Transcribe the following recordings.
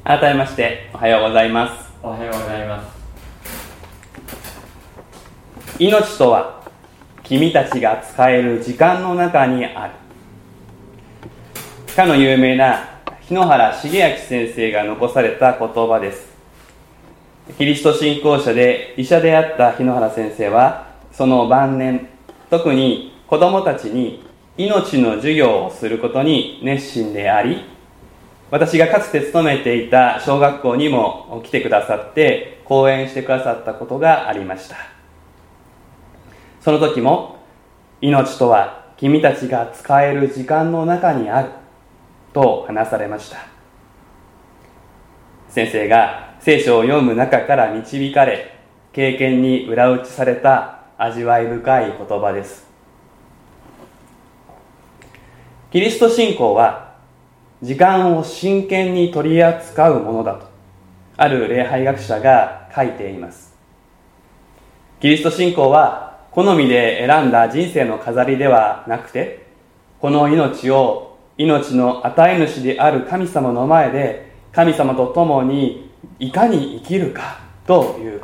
改めましておはようございます。 おはようございます。 命とは君たちが使える時間の中にある。かの有名な日野原重明先生が残された言葉です。キリスト信仰者で医者であった日野原先生は、その晩年、特に子どもたちに命の授業をすることに熱心であり、私がかつて勤めていた小学校にも来てくださって講演してくださったことがありました。その時も、命とは君たちが使える時間の中にあると話されました。先生が聖書を読む中から導かれ、経験に裏打ちされた味わい深い言葉です。キリスト信仰は時間を真剣に取り扱うものだと、ある礼拝学者が書いています。キリスト信仰は好みで選んだ人生の飾りではなくて、この命を命の与え主である神様の前で神様と共にいかに生きるかということ。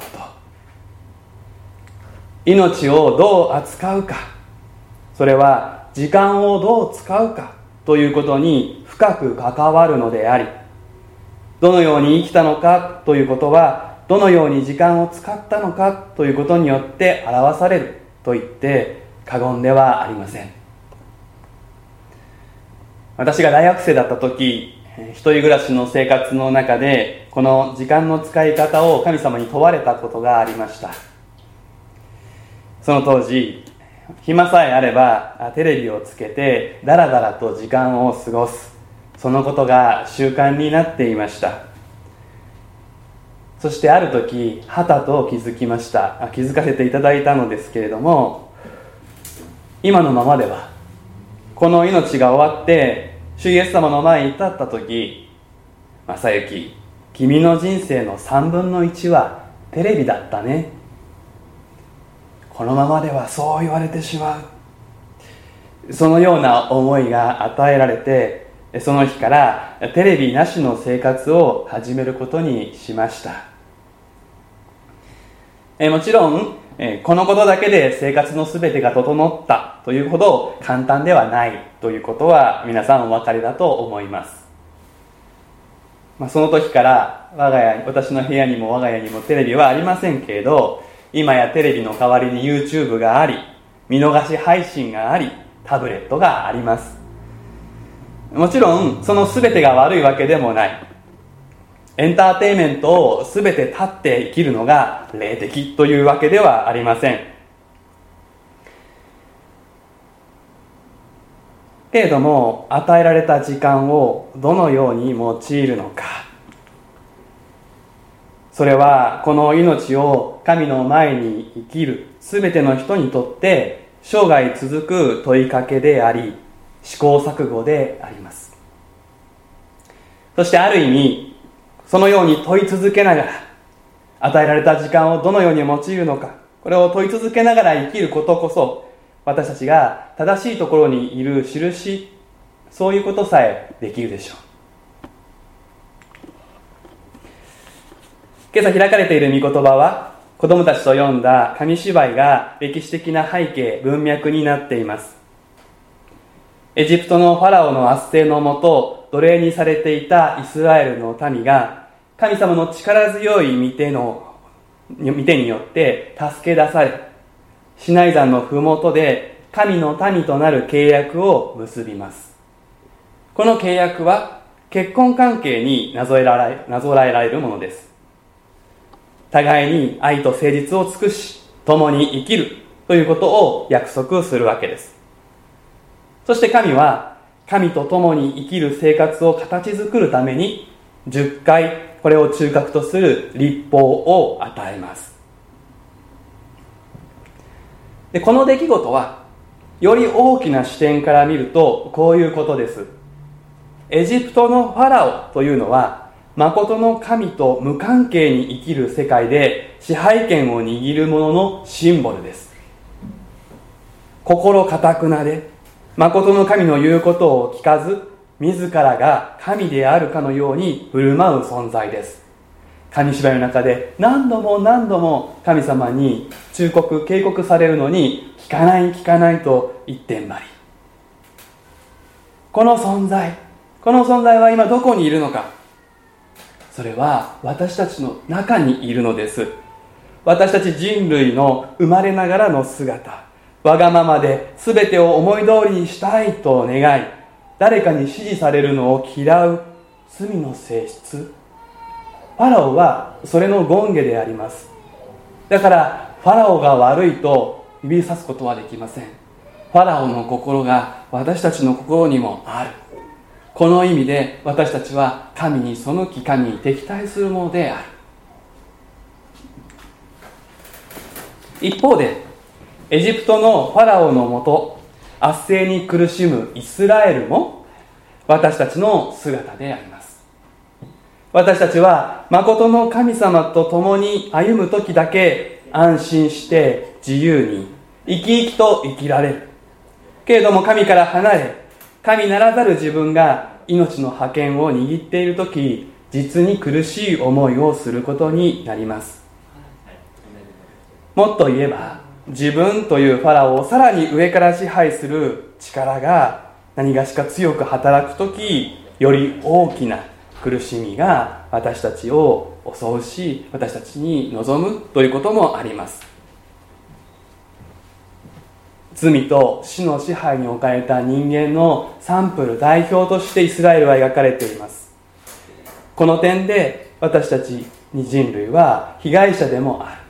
命をどう扱うか、それは時間をどう使うかということに深く関わるのであり、どのように生きたのかということはどのように時間を使ったのかということによって表されると言って過言ではありません。私が大学生だった時、一人暮らしの生活の中でこの時間の使い方を神様に問われたことがありました。その当時、暇さえあればテレビをつけてだらだらと時間を過ごす、そのことが習慣になっていました。そしてある時はたと気づきました。気づかせていただいたのですけれども、今のままではこの命が終わって主イエス様の前に立った時、正幸、君の人生の3分の1はテレビだったね、このままではそう言われてしまう、そのような思いが与えられて、その日からテレビなしの生活を始めることにしました。もちろんこのことだけで生活のすべてが整ったというほど簡単ではないということは皆さんお分かりだと思います。その時から私の部屋にも我が家にもテレビはありませんけれど、今やテレビの代わりに YouTube があり、見逃し配信があり、タブレットがあります。もちろんその全てが悪いわけでもない。エンターテインメントを全て断って生きるのが霊的というわけではありません。けれども、与えられた時間をどのように用いるのか、それはこの命を神の前に生きるすべての人にとって生涯続く問いかけであり、試行錯誤であります。そしてある意味、そのように問い続けながら、与えられた時間をどのように用いるのか、これを問い続けながら生きることこそ、私たちが正しいところにいる印、そういうことさえできるでしょう。今朝開かれている御言葉は、子供たちと読んだ紙芝居が歴史的な背景、文脈になっています。エジプトのファラオの圧政のもと、奴隷にされていたイスラエルの民が、神様の力強い御手によって助け出され、シナイ山のふもとで神の民となる契約を結びます。この契約は結婚関係になぞらえられるものです。互いに愛と誠実を尽くし、共に生きるということを約束するわけです。そして神は神と共に生きる生活を形作るために10回これを中核とする律法を与えます。で、この出来事はより大きな視点から見るとこういうことです。エジプトのファラオというのは誠の神と無関係に生きる世界で支配権を握る者のシンボルです。心堅くなで誠の神の言うことを聞かず、 自らが神であるかのように振る舞う存在です。紙芝居の中で何度も何度も神様に忠告警告されるのに聞かない聞かないと一点張り。この存在は今どこにいるのか。それは私たちの中にいるのです。私たち人類の生まれながらの姿、わがままで全てを思い通りにしたいと願い、誰かに指示されるのを嫌う罪の性質。ファラオはそれの権下であります。だからファラオが悪いと指さすことはできません。ファラオの心が私たちの心にもある。この意味で私たちは神に背き、神に敵対するものである。一方でエジプトのファラオのもと圧政に苦しむイスラエルも私たちの姿であります。私たちは誠の神様と共に歩む時だけ安心して自由に生き生きと生きられる。けれども神から離れ、神ならざる自分が命の覇権を握っている時、実に苦しい思いをすることになります。もっと言えば、自分というファラオをさらに上から支配する力が何がしか強く働くとき、より大きな苦しみが私たちを襲うし、私たちに望むということもあります。罪と死の支配に置かれた人間のサンプル、代表としてイスラエルは描かれています。この点で私たち人類は被害者でもある。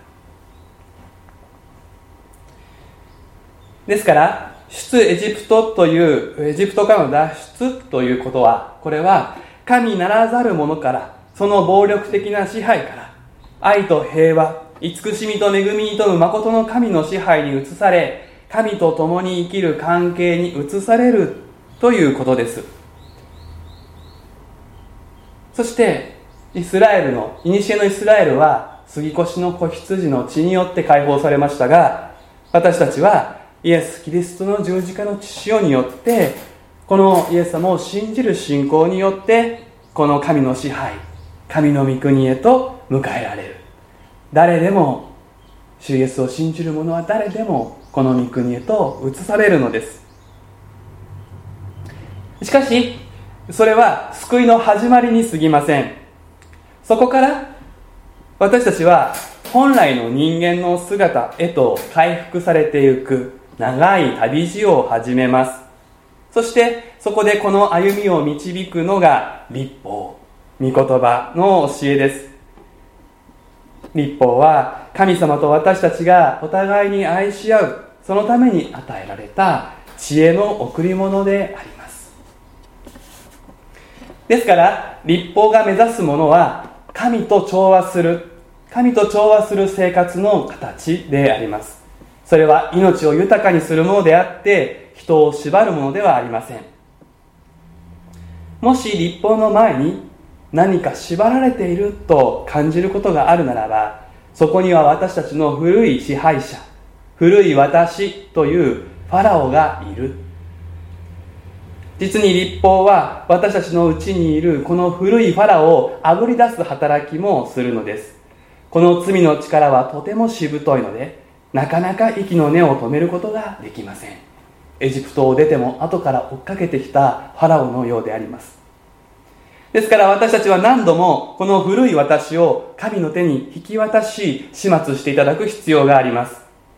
ですから出エジプトというエジプトからの脱出ということは、これは神ならざるものから、その暴力的な支配から愛と平和、慈しみと恵みに富む誠の神の支配に移され、神と共に生きる関係に移されるということです。そして古のイスラエルは杉越の子羊の血によって解放されましたが、私たちはイエス・キリストの十字架の血潮によって、このイエス様を信じる信仰によって、この神の支配、神の御国へと迎えられる。誰でも、主イエスを信じる者は誰でもこの御国へと移されるのです。しかしそれは救いの始まりに過ぎません。そこから私たちは本来の人間の姿へと回復されていく長い旅路を始めます。そしてそこでこの歩みを導くのが律法、御言葉の教えです。律法は神様と私たちがお互いに愛し合う、そのために与えられた知恵の贈り物であります。ですから律法が目指すものは神と調和する生活の形であります。それは命を豊かにするものであって人を縛るものではありません。もし律法の前に何か縛られていると感じることがあるならば、そこには私たちの古い支配者、古い私というファラオがいる。実に律法は私たちのうちにいるこの古いファラオをあぶり出す働きもするのです。この罪の力はとてもしぶといので、なかなか息の根を止めることができません。エジプトを出ても後から追っかけてきたファラオのようであります。ですから私たちは何度もこの古い私を神の手に引き渡し始末していただく必要があります。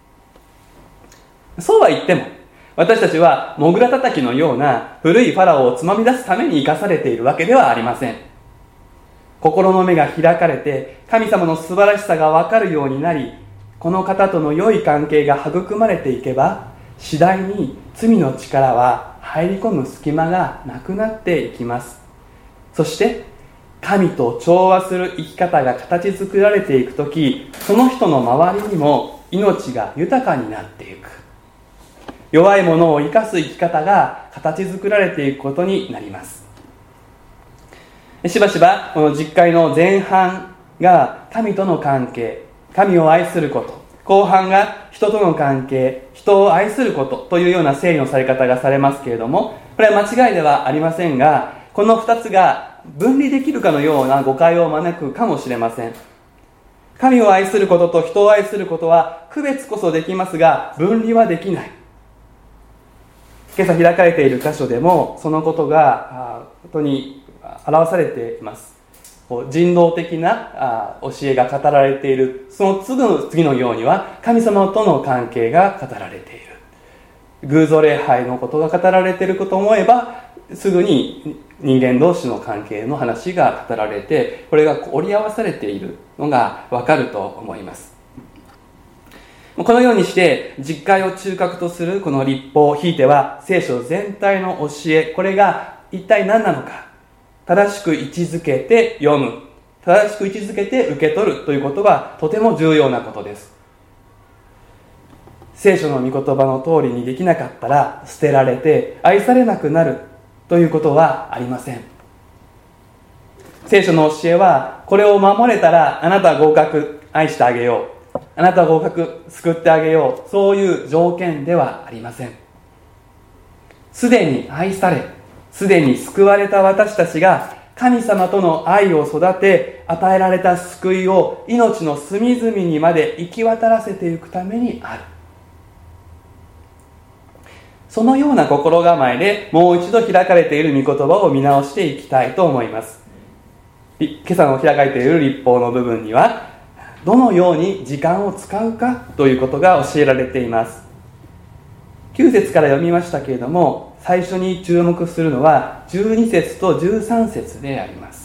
そうは言っても私たちはモグラ叩きのような古いファラオをつまみ出すために生かされているわけではありません。心の目が開かれて神様の素晴らしさが分かるようになり、この方との良い関係が育まれていけば、次第に罪の力は入り込む隙間がなくなっていきます。そして神と調和する生き方が形作られていくとき、その人の周りにも命が豊かになっていく。弱いものを生かす生き方が形作られていくことになります。しばしばこの実会の前半が神との関係、神を愛すること、後半が人との関係、人を愛することというような整理のされ方がされますけれども、 これは間違いではありませんが、この2つが分離できるかのような誤解を招くかもしれません。神を愛することと人を愛することは区別こそできますが、分離はできない。今朝開かれている箇所でもそのことが本当に表されています。人道的な教えが語られている。その次のようには神様との関係が語られている。偶像礼拝のことが語られていることを思えば、すぐに人間同士の関係の話が語られて、これが折り合わされているのがわかると思います。このようにして実会を中核とするこの律法、ひいては聖書全体の教え、これが一体何なのか、正しく位置づけて読む、正しく位置づけて受け取るということがとても重要なことです。聖書の御言葉の通りにできなかったら捨てられて愛されなくなるということはありません。聖書の教えは、これを守れたらあなたは合格、愛してあげよう、あなたは合格、救ってあげよう、そういう条件ではありません。すでに愛され、すでに救われた私たちが神様との愛を育て、与えられた救いを命の隅々にまで行き渡らせていくためにある。そのような心構えでもう一度開かれている御言葉を見直していきたいと思います。今朝の開かれている律法の部分には、どのように時間を使うかということが教えられています。9節から読みましたけれども、最初に注目するのは12節と13節であります。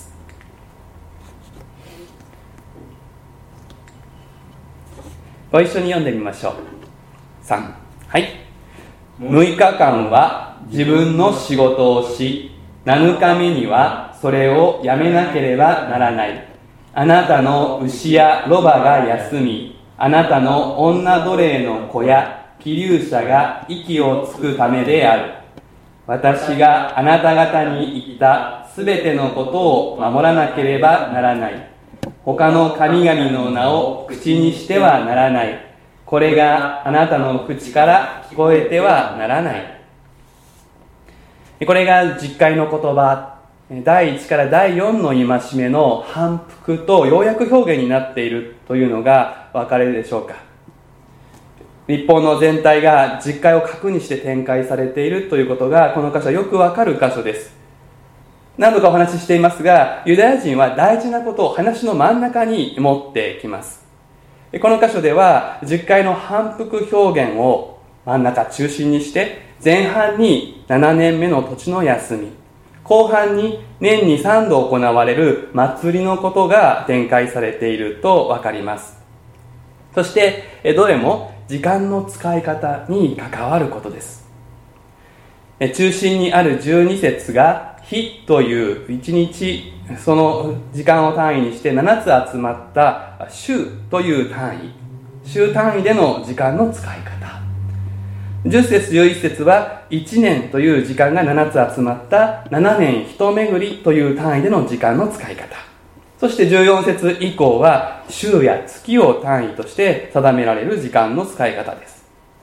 ご一緒に読んでみましょう。3、はい。6日間は自分の仕事をし、7日目にはそれをやめなければならない。あなたの牛やロバが休み、あなたの女奴隷の子や寄留者が息をつくためである。私があなた方に言ったすべてのことを守らなければならない。他の神々の名を口にしてはならない。これがあなたの口から聞こえてはならない。これが実会の言葉、第1から第4の戒めの反復と要約表現になっているというのがお分かりでしょうか。律法の全体が実会を核にして展開されているということが、この箇所はよくわかる箇所です。何度かお話ししていますが、ユダヤ人は大事なことを話の真ん中に持ってきます。この箇所では実会の反復表現を真ん中中心にして、前半に7年目の土地の休み、後半に年に3度行われる祭りのことが展開されているとわかります。そしてどれも時間の使い方に関わることです。中心にある12節が日という1日、その時間を単位にして7つ集まった週という単位、週単位での時間の使い方。10節11節は1年という時間が7つ集まった7年一巡りという単位での時間の使い方。そして14節以降は週や月を単位として定められる時間の使い方です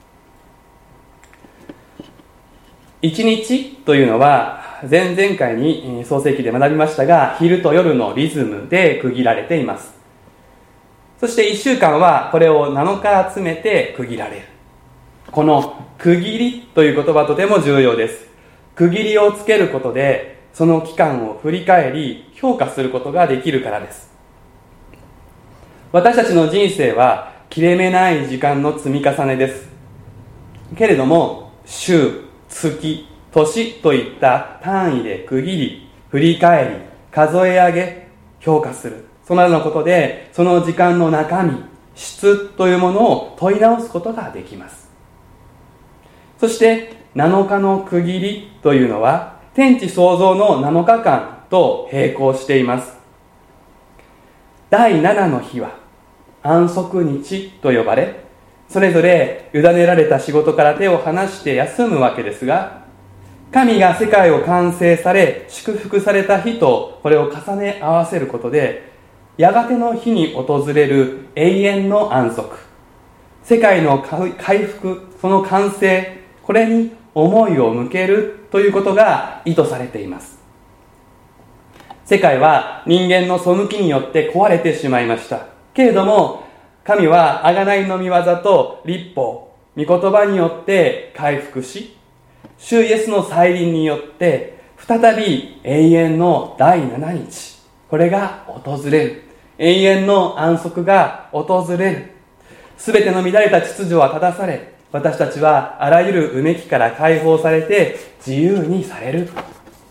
。1日というのは前々回に創世記で学びましたが、昼と夜のリズムで区切られています。そして1週間はこれを7日集めて区切られる。この区切りという言葉はとても重要です。区切りをつけることでその期間を振り返り評価することができるからです。私たちの人生は切れ目ない時間の積み重ねです。けれども週、月、年といった単位で区切り、振り返り、数え上げ、評価する、そのようなことでその時間の中身、質というものを問い直すことができます。そして7日の区切りというのは天地創造の7日間と並行しています。第7の日は安息日と呼ばれ、それぞれ委ねられた仕事から手を離して休むわけですが、神が世界を完成され祝福された日とこれを重ね合わせることで、やがての日に訪れる永遠の安息、世界の回復、その完成、これに思いを向けるということが意図されています。世界は人間の背きによって壊れてしまいました。けれども神は贖いの御業と律法、御言葉によって回復し、主イエスの再臨によって再び永遠の第7日、これが訪れる。永遠の安息が訪れる。すべての乱れた秩序は正され、私たちはあらゆるうめきから解放されて自由にされる。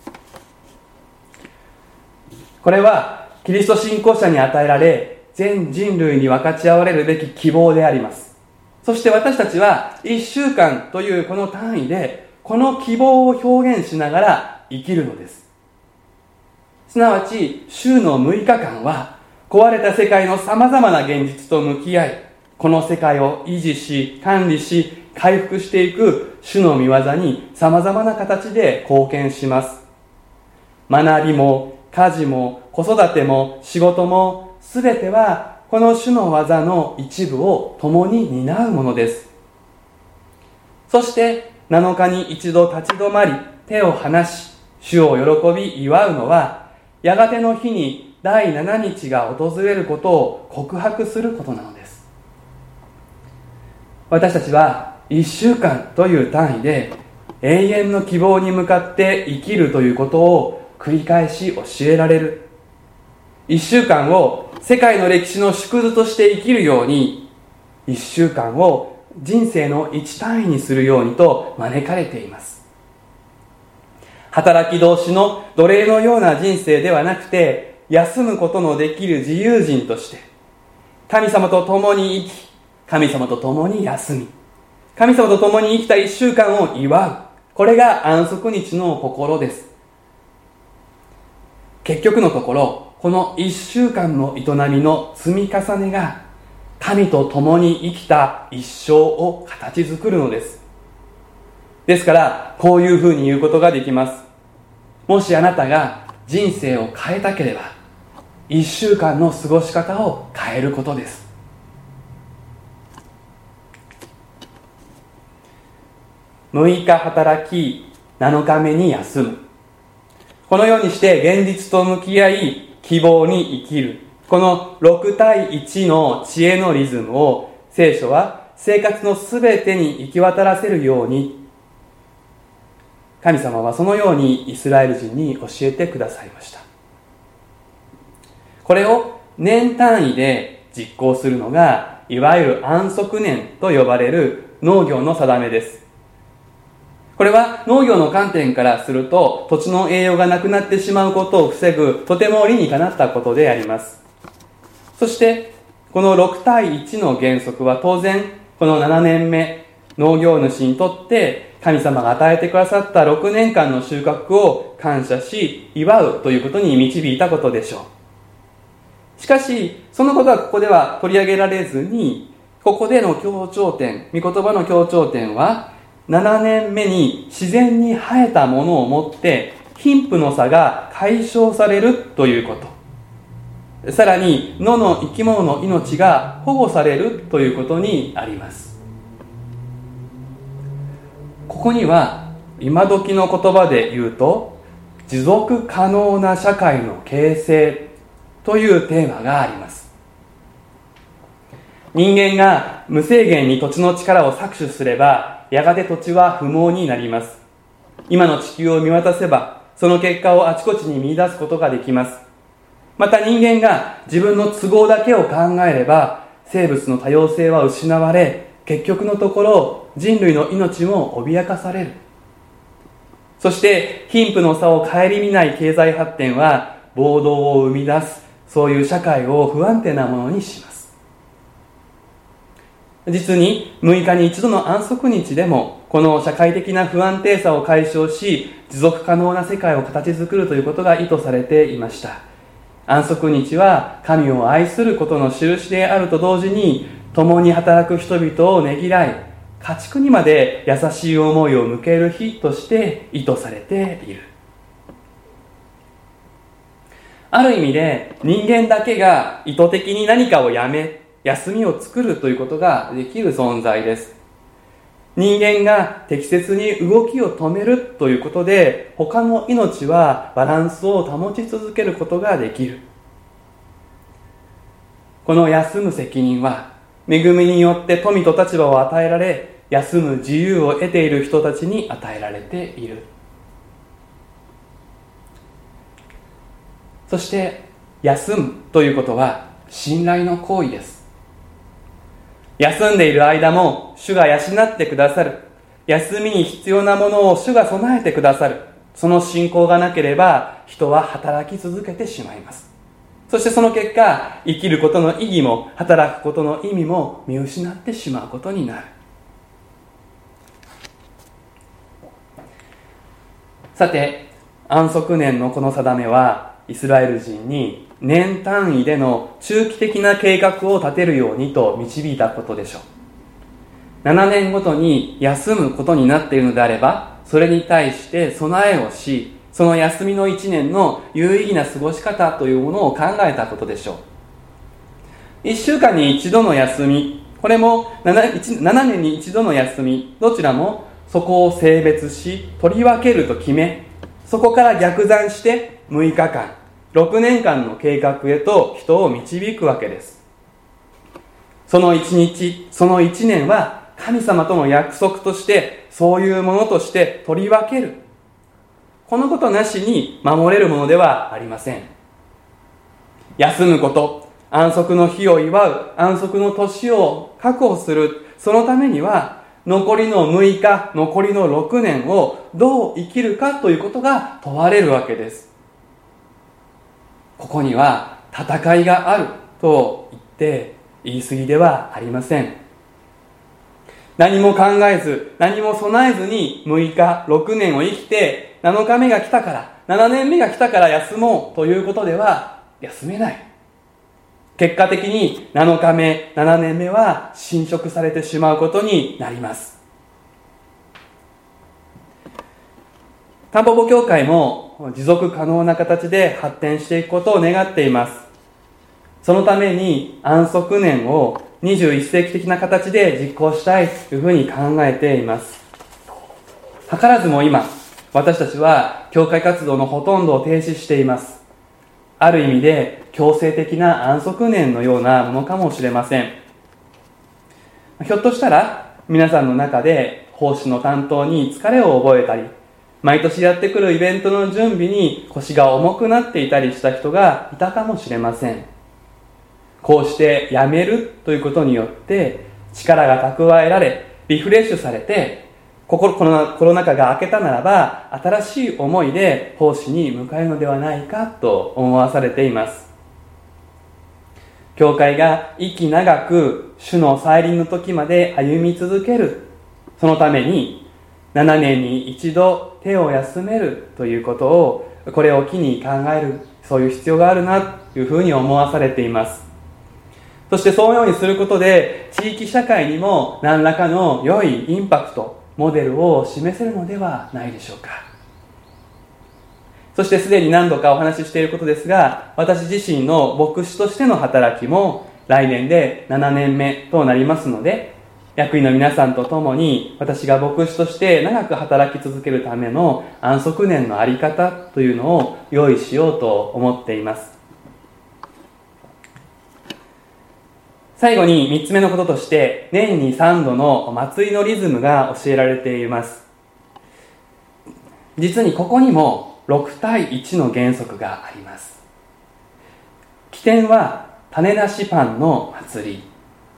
これはキリスト信仰者に与えられ、全人類に分かち合われるべき希望であります。そして私たちは1週間というこの単位でこの希望を表現しながら生きるのです。すなわち週の6日間は壊れた世界のさまざまな現実と向き合い、この世界を維持し管理し回復していく主の御業にさまざまな形で貢献します。学びも家事も子育ても仕事もすべてはこの主の技の一部を共に担うものです。そして7日に一度立ち止まり手を離し主を喜び祝うのは、やがての日に第7日が訪れることを告白することなのです。私たちは1週間という単位で永遠の希望に向かって生きるということを繰り返し教えられる。1週間を世界の歴史の縮図として生きるように、1週間を人生の一単位にするようにと招かれています。働き同士の奴隷のような人生ではなくて、休むことのできる自由人として神様と共に生き、神様と共に休み、神様と共に生きた1週間を祝う。これが安息日の心です。結局のところ、この1週間の営みの積み重ねが神と共に生きた一生を形作るのです。ですからこういうふうに言うことができます。もしあなたが人生を変えたければ、1週間の過ごし方を変えることです。6日働き7日目に休む。このようにして現実と向き合い希望に生きる、この6対1の知恵のリズムを聖書は生活のすべてに行き渡らせるように、神様はそのようにイスラエル人に教えてくださいました。これを年単位で実行するのが、いわゆる安息年と呼ばれる農業の定めです。これは農業の観点からすると、土地の栄養がなくなってしまうことを防ぐ、とても理にかなったことであります。そしてこの6対1の原則は当然この7年目農業主にとって神様が与えてくださった6年間の収穫を感謝し祝うということに導いたことでしょう。しかしそのことはここでは取り上げられずに、ここでの強調点、御言葉の強調点は、7年目に自然に生えたものをもって貧富の差が解消されるということ、さらに野の生き物の命が保護されるということにあります。ここには今時の言葉で言うと、持続可能な社会の形成というテーマがあります。人間が無制限に土地の力を搾取すれば、やがて土地は不毛になります。今の地球を見渡せば、その結果をあちこちに見出すことができます。また人間が自分の都合だけを考えれば、生物の多様性は失われ、結局のところ人類の命も脅かされる。そして貧富の差を顧みない経済発展は暴動を生み出す、そういう社会を不安定なものにします。実に6日に一度の安息日でもこの社会的な不安定さを解消し、持続可能な世界を形作るということが意図されていました。安息日は神を愛することの印であると同時に、共に働く人々をねぎらい、家畜にまで優しい思いを向ける日として意図されている。ある意味で人間だけが意図的に何かをやめ、休みを作るということができる存在です。 人間が適切に動きを止めるということで、他の命はバランスを保ち続けることができる。この休む責任は、恵みによって富と立場を与えられ、休む自由を得ている人たちに与えられている。そして休むということは信頼の行為です。休んでいる間も主が養ってくださる。休みに必要なものを主が備えてくださる。その信仰がなければ人は働き続けてしまいます。そしてその結果、生きることの意義も働くことの意味も見失ってしまうことになる。さて、安息年のこの定めはイスラエル人に年単位での中期的な計画を立てるようにと導いたことでしょう。7年ごとに休むことになっているのであれば、それに対して備えをし、その休みの1年の有意義な過ごし方というものを考えたことでしょう。1週間に1度の休み、これも 7年に1度の休み、どちらもそこを性別し取り分けると決め、そこから逆算して6日間、6年間の計画へと人を導くわけです。その1日、その1年は神様との約束として、そういうものとして取り分ける。このことなしに守れるものではありません。休むこと、安息の日を祝う、安息の年を確保する、そのためには残りの6日、残りの6年をどう生きるかということが問われるわけです。ここには戦いがあると言って言い過ぎではありません。何も考えず、何も備えずに6日、6年を生きて、7日目が来たから、7年目が来たから休もうということでは休めない。結果的に7日目、7年目は侵食されてしまうことになります。タンポポ教会も持続可能な形で発展していくことを願っています。そのために安息年を21世紀的な形で実行したいというふうに考えています。図らずも今、私たちは教会活動のほとんどを停止しています。ある意味で強制的な安息年のようなものかもしれません。ひょっとしたら皆さんの中で奉仕の担当に疲れを覚えたり、毎年やってくるイベントの準備に腰が重くなっていたりした人がいたかもしれません。こうしてやめるということによって力が蓄えられ、リフレッシュされて、コロナ禍が明けたならば新しい思いで奉仕に向かえるのではないかと思わされています。教会が息長く主の再臨の時まで歩み続ける、そのために7年に一度手を休めるということを、これを機に考える、そういう必要があるなというふうに思わされています。そしてそのようにすることで地域社会にも何らかの良いインパクト、モデルを示せるのではないでしょうか。そしてすでに何度かお話ししていることですが、私自身の牧師としての働きも来年で7年目となりますので、役員の皆さんと共に私が牧師として長く働き続けるための安息年のあり方というのを用意しようと思っています。最後に3つ目のこととして、年に3度の祭りのリズムが教えられています。実にここにも6対1の原則があります。起点は種なしパンの祭り。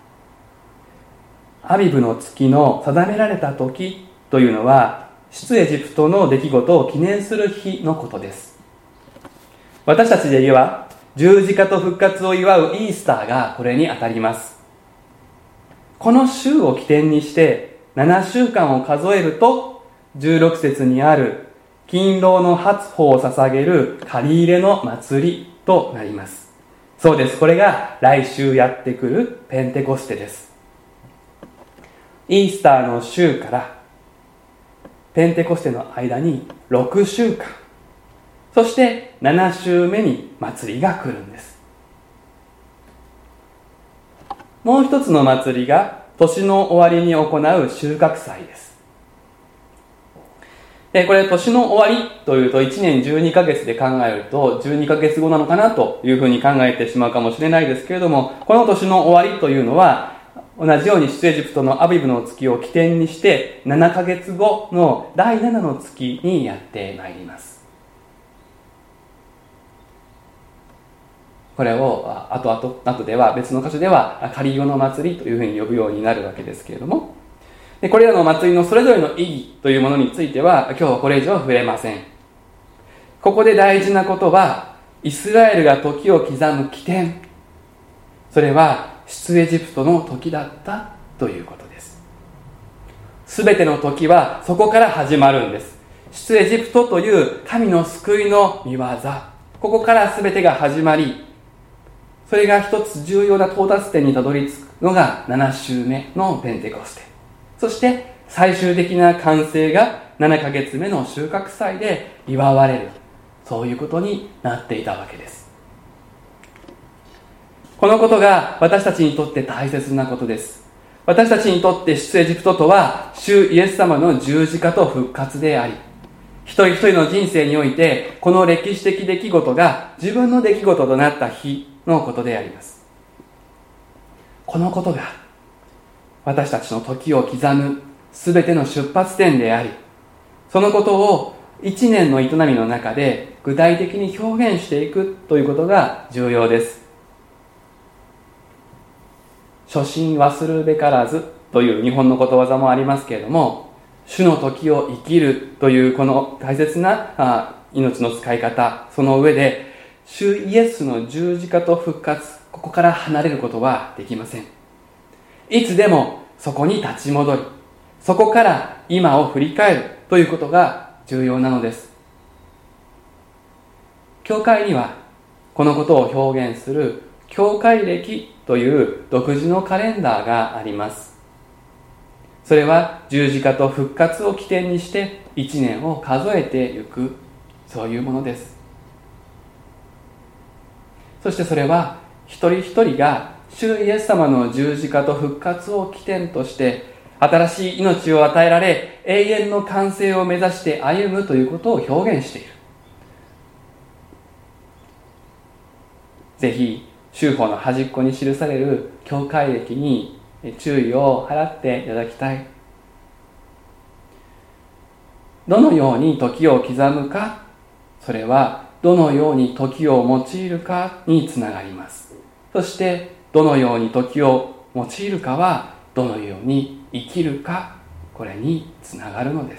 アビブの月の定められた時というのは、出エジプトの出来事を記念する日のことです。私たちで言えば十字架と復活を祝うイースターがこれにあたります。この週を起点にして7週間を数えると、16節にある勤労の初歩を捧げる借り入れの祭りとなります。そうです。これが来週やってくるペンテコステです。イースターの週からペンテコステの間に6週間、そして7週目に祭りが来るんです。もう一つの祭りが年の終わりに行う収穫祭です。で、これ年の終わりというと1年12ヶ月で考えると12ヶ月後なのかなというふうに考えてしまうかもしれないですけれども、この年の終わりというのは同じように出エジプトのアビブの月を起点にして7ヶ月後の第7の月にやってまいります。これを後では別の箇所ではカリオの祭りというふうに呼ぶようになるわけですけれども、でこれらの祭りのそれぞれの意義というものについては今日はこれ以上触れません。ここで大事なことはイスラエルが時を刻む起点、それは出エジプトの時だったということです。すべての時はそこから始まるんです。出エジプトという神の救いの御業、ここからすべてが始まり、それが一つ重要な到達点にたどり着くのが7週目のペンテコステ、そして最終的な完成が7ヶ月目の収穫祭で祝われる、そういうことになっていたわけです。このことが私たちにとって大切なことです。私たちにとって出エジプトとは主イエス様の十字架と復活であり、一人一人の人生においてこの歴史的出来事が自分の出来事となった日のことであります。このことが私たちの時を刻むすべての出発点であり、そのことを一年の営みの中で具体的に表現していくということが重要です。初心忘るべからずという日本のことわざもありますけれども、主の時を生きるというこの大切な命の使い方、その上で主イエスの十字架と復活、ここから離れることはできません。いつでもそこに立ち戻り、そこから今を振り返るということが重要なのです。教会にはこのことを表現する教会歴という独自のカレンダーがあります。それは十字架と復活を起点にして1年を数えていく、そういうものです。そしてそれは一人一人が主イエス様の十字架と復活を起点として新しい命を与えられ、永遠の完成を目指して歩むということを表現している。ぜひ修法の端っこに記される教会歴に注意を払っていただきたい。どのように時を刻むか、それはどのように時を用いるかにつながります。そしてどのように時を用いるかはどのように生きるか、これにつながるのです。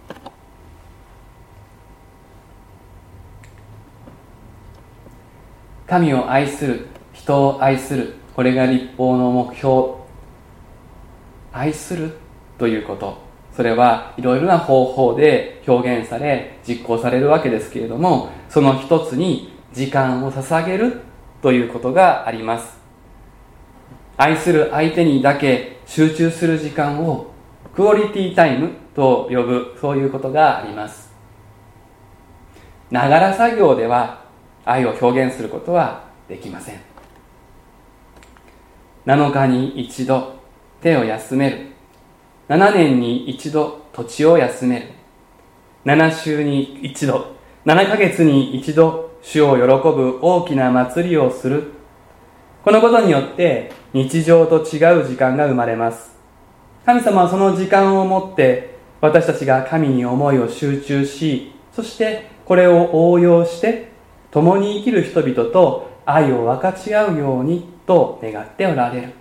神を愛する、人を愛する、これが律法の目標。愛するということ、それはいろいろな方法で表現され実行されるわけですけれども、その一つに時間を捧げるということがあります。愛する相手にだけ集中する時間をクオリティタイムと呼ぶ、そういうことがあります。ながら作業では愛を表現することはできません。7日に一度手を休める、7年に一度土地を休める、7週に一度、7ヶ月に一度主を喜ぶ大きな祭りをする。このことによって日常と違う時間が生まれます。神様はその時間をもって私たちが神に思いを集中し、そしてこれを応用して共に生きる人々と愛を分かち合うようにと願っておられる。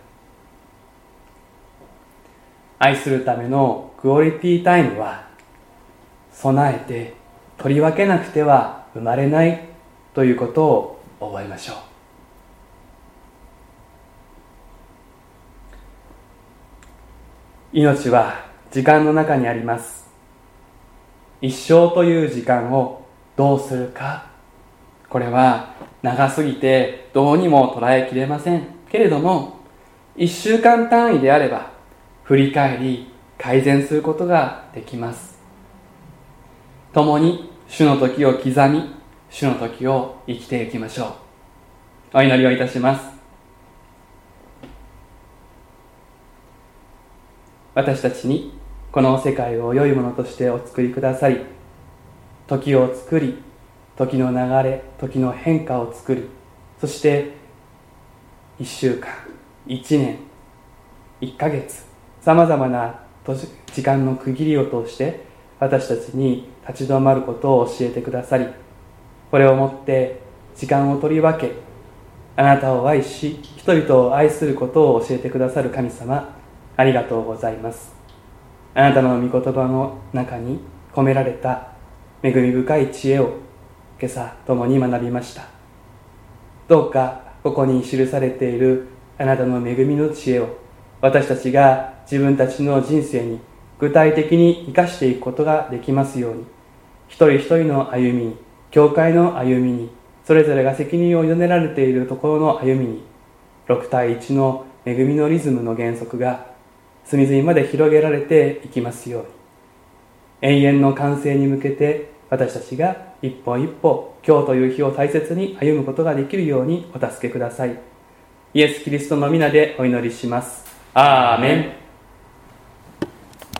愛するためのクオリティタイムは備えて取り分けなくては生まれないということを覚えましょう。命は時間の中にあります。一生という時間をどうするか、これは長すぎてどうにも捉えきれませんけれども、1週間単位であれば振り返り改善することができます。共に主の時を刻み、主の時を生きていきましょう。お祈りをいたします。 私たちにこの世界を良いものとしてお作りくださり、時を作り、時の流れ、時の変化を作り、そして1週間、1年、1ヶ月、さまざまな時間の区切りを通して私たちに立ち止まることを教えてくださり、これをもって時間を取り分け、あなたを愛し人々を愛することを教えてくださる神様、ありがとうございます。あなたの御言葉の中に込められた恵み深い知恵を今朝共に学びました。どうかここに記されているあなたの恵みの知恵を私たちが自分たちの人生に具体的に生かしていくことができますように、一人一人の歩みに、教会の歩みに、それぞれが責任を委ねられているところの歩みに、6対1の恵みのリズムの原則が隅々まで広げられていきますように、永遠の完成に向けて私たちが一歩一歩今日という日を大切に歩むことができるようにお助けください。イエス・キリストの皆でお祈りします。アーメン。